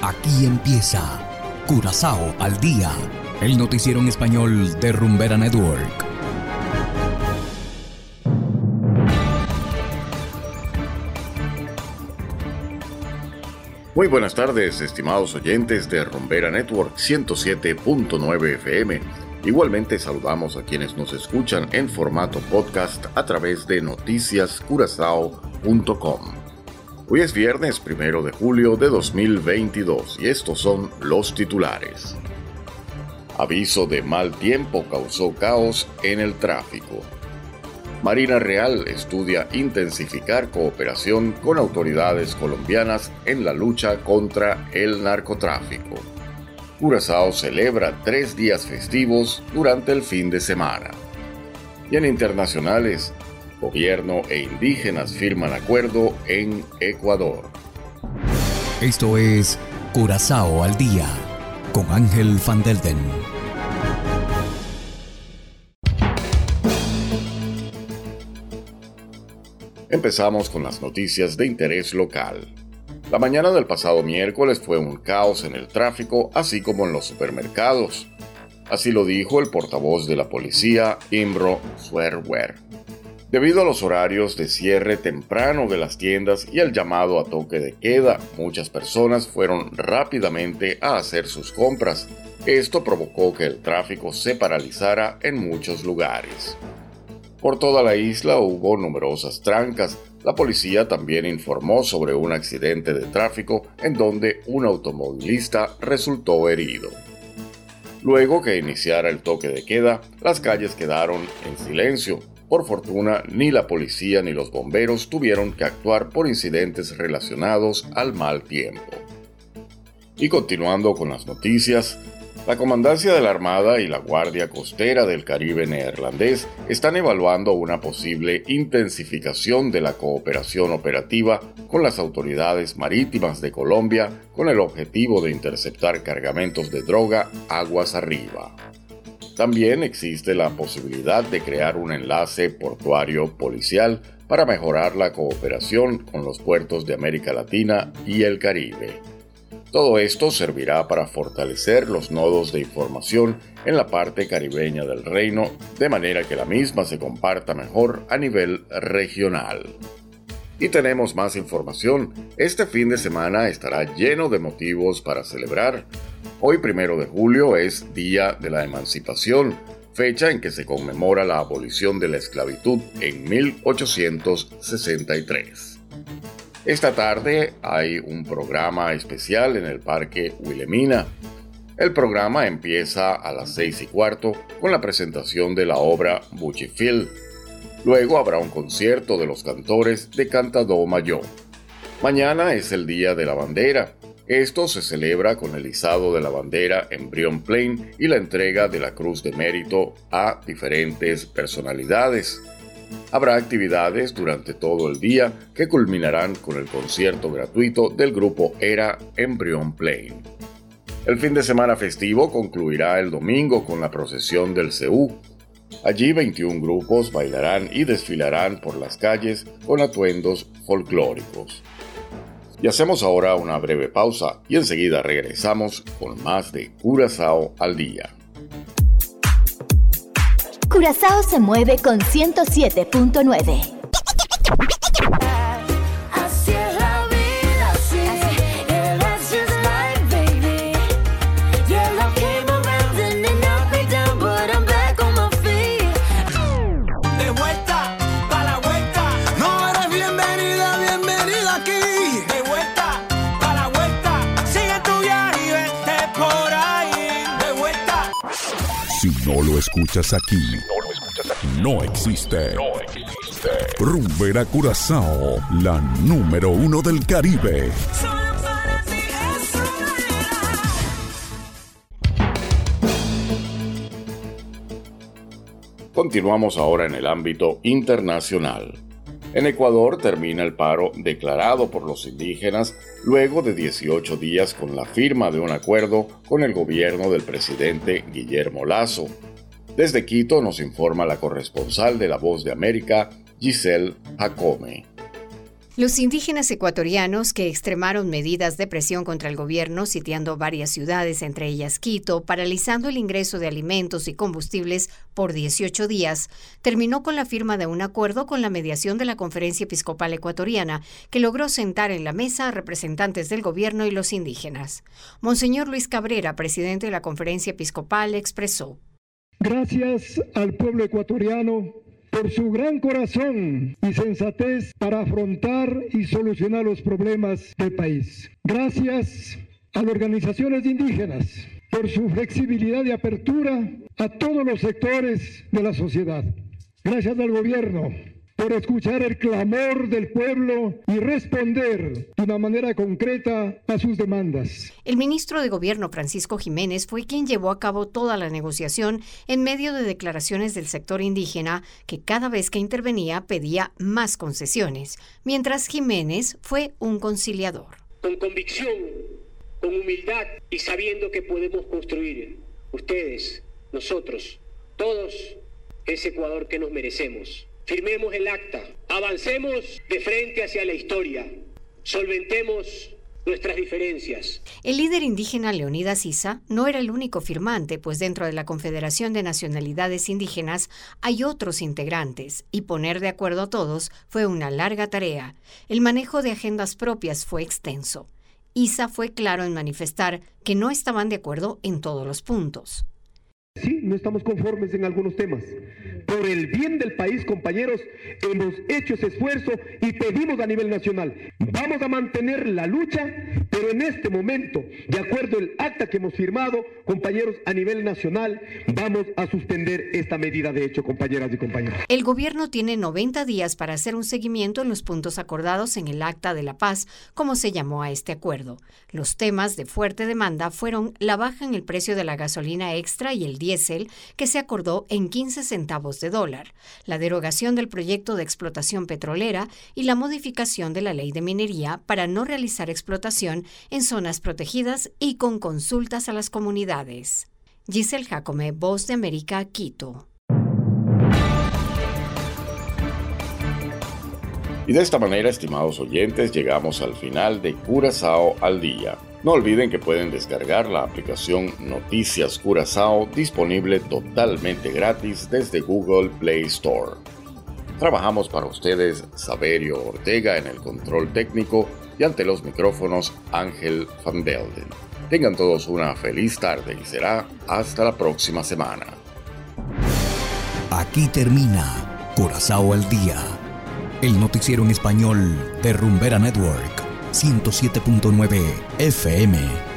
Aquí empieza Curazao al día, el noticiero en español de Rumbera Network. Muy buenas tardes, estimados oyentes de Rumbera Network 107.9 FM. Igualmente saludamos a quienes nos escuchan en formato podcast a través de noticiascurazao.com. Hoy es viernes 1 de julio de 2022 y estos son los titulares. Aviso de mal tiempo causó caos en el tráfico. Marina Real estudia intensificar cooperación con autoridades colombianas en la lucha contra el narcotráfico. Curazao celebra 3 días festivos durante el fin de semana. Y en internacionales, gobierno e indígenas firman acuerdo en Ecuador. Esto es Curazao al día con Ángel Van Delden. Empezamos con las noticias de interés local. La mañana del pasado miércoles fue un caos en el tráfico, así como en los supermercados. Así lo dijo el portavoz de la policía, Imbro Swerwer. Debido a los horarios de cierre temprano de las tiendas y el llamado a toque de queda, muchas personas fueron rápidamente a hacer sus compras. Esto provocó que el tráfico se paralizara en muchos lugares. Por toda la isla hubo numerosas trancas. La policía también informó sobre un accidente de tráfico en donde un automovilista resultó herido. Luego que iniciara el toque de queda, las calles quedaron en silencio. Por fortuna, ni la policía ni los bomberos tuvieron que actuar por incidentes relacionados al mal tiempo. Y continuando con las noticias, la Comandancia de la Armada y la Guardia Costera del Caribe Neerlandés están evaluando una posible intensificación de la cooperación operativa con las autoridades marítimas de Colombia con el objetivo de interceptar cargamentos de droga aguas arriba. También existe la posibilidad de crear un enlace portuario policial para mejorar la cooperación con los puertos de América Latina y el Caribe. Todo esto servirá para fortalecer los nodos de información en la parte caribeña del reino, de manera que la misma se comparta mejor a nivel regional. Y tenemos más información. Este fin de semana estará lleno de motivos para celebrar. Hoy 1 de julio es Día de la Emancipación, fecha en que se conmemora la abolición de la esclavitud en 1863. Esta tarde hay un programa especial en el Parque Wilhelmina. El programa empieza a las 6:15 con la presentación de la obra Buchifil. Luego habrá un concierto de los cantores de Cantadó Mayó. Mañana es el Día de la Bandera. Esto se celebra con el izado de la bandera en Brion Plain y la entrega de la Cruz de Mérito a diferentes personalidades. Habrá actividades durante todo el día que culminarán con el concierto gratuito del grupo ERA en Brion Plain. El fin de semana festivo concluirá el domingo con la procesión del Seú. Allí 21 grupos bailarán y desfilarán por las calles con atuendos folclóricos. Y hacemos ahora una breve pausa y enseguida regresamos con más de Curazao al día. Curazao se mueve con 107.9. Si no lo escuchas aquí, no existe. Rumbera Curazao, la número 1 del Caribe. Continuamos ahora en el ámbito internacional. En Ecuador termina el paro declarado por los indígenas luego de 18 días con la firma de un acuerdo con el gobierno del presidente Guillermo Lasso. Desde Quito nos informa la corresponsal de La Voz de América, Giselle Jacome. Los indígenas ecuatorianos que extremaron medidas de presión contra el gobierno, sitiando varias ciudades, entre ellas Quito, paralizando el ingreso de alimentos y combustibles por 18 días, terminó con la firma de un acuerdo con la mediación de la Conferencia Episcopal Ecuatoriana, que logró sentar en la mesa a representantes del gobierno y los indígenas. Monseñor Luis Cabrera, presidente de la Conferencia Episcopal, expresó: Gracias al pueblo ecuatoriano por su gran corazón y sensatez para afrontar y solucionar los problemas del país. Gracias a las organizaciones indígenas por su flexibilidad y apertura a todos los sectores de la sociedad. Gracias al gobierno por escuchar el clamor del pueblo y responder de una manera concreta a sus demandas. El ministro de Gobierno, Francisco Jiménez, fue quien llevó a cabo toda la negociación en medio de declaraciones del sector indígena que cada vez que intervenía pedía más concesiones, mientras Jiménez fue un conciliador. Con convicción, con humildad y sabiendo que podemos construir, ustedes, nosotros, todos, ese Ecuador que nos merecemos. Firmemos el acta, avancemos de frente hacia la historia, solventemos nuestras diferencias. El líder indígena Leonidas Issa no era el único firmante, pues dentro de la Confederación de Nacionalidades Indígenas hay otros integrantes, y poner de acuerdo a todos fue una larga tarea. El manejo de agendas propias fue extenso. Issa fue claro en manifestar que no estaban de acuerdo en todos los puntos. Sí, no estamos conformes en algunos temas. Por el bien del país, compañeros, hemos hecho ese esfuerzo y pedimos a nivel nacional. Vamos a mantener la lucha, pero en este momento, de acuerdo al acta que hemos firmado, compañeros, a nivel nacional, vamos a suspender esta medida de hecho, compañeras y compañeros. El gobierno tiene 90 días para hacer un seguimiento en los puntos acordados en el Acta de la Paz, como se llamó a este acuerdo. Los temas de fuerte demanda fueron la baja en el precio de la gasolina extra y el diésel, que se acordó en 15 centavos de dólar, la derogación del proyecto de explotación petrolera y la modificación de la ley de minería para no realizar explotación en zonas protegidas y con consultas a las comunidades. Giselle Jacome, Voz de América, Quito. Y de esta manera, estimados oyentes, llegamos al final de Curazao al Día. No olviden que pueden descargar la aplicación Noticias Curazao, disponible totalmente gratis desde Google Play Store. Trabajamos para ustedes Saverio Ortega en el control técnico y ante los micrófonos Ángel Van Delden. Tengan todos una feliz tarde y será hasta la próxima semana. Aquí termina Curazao al Día, el noticiero en español de Rumbera Network 107.9 FM.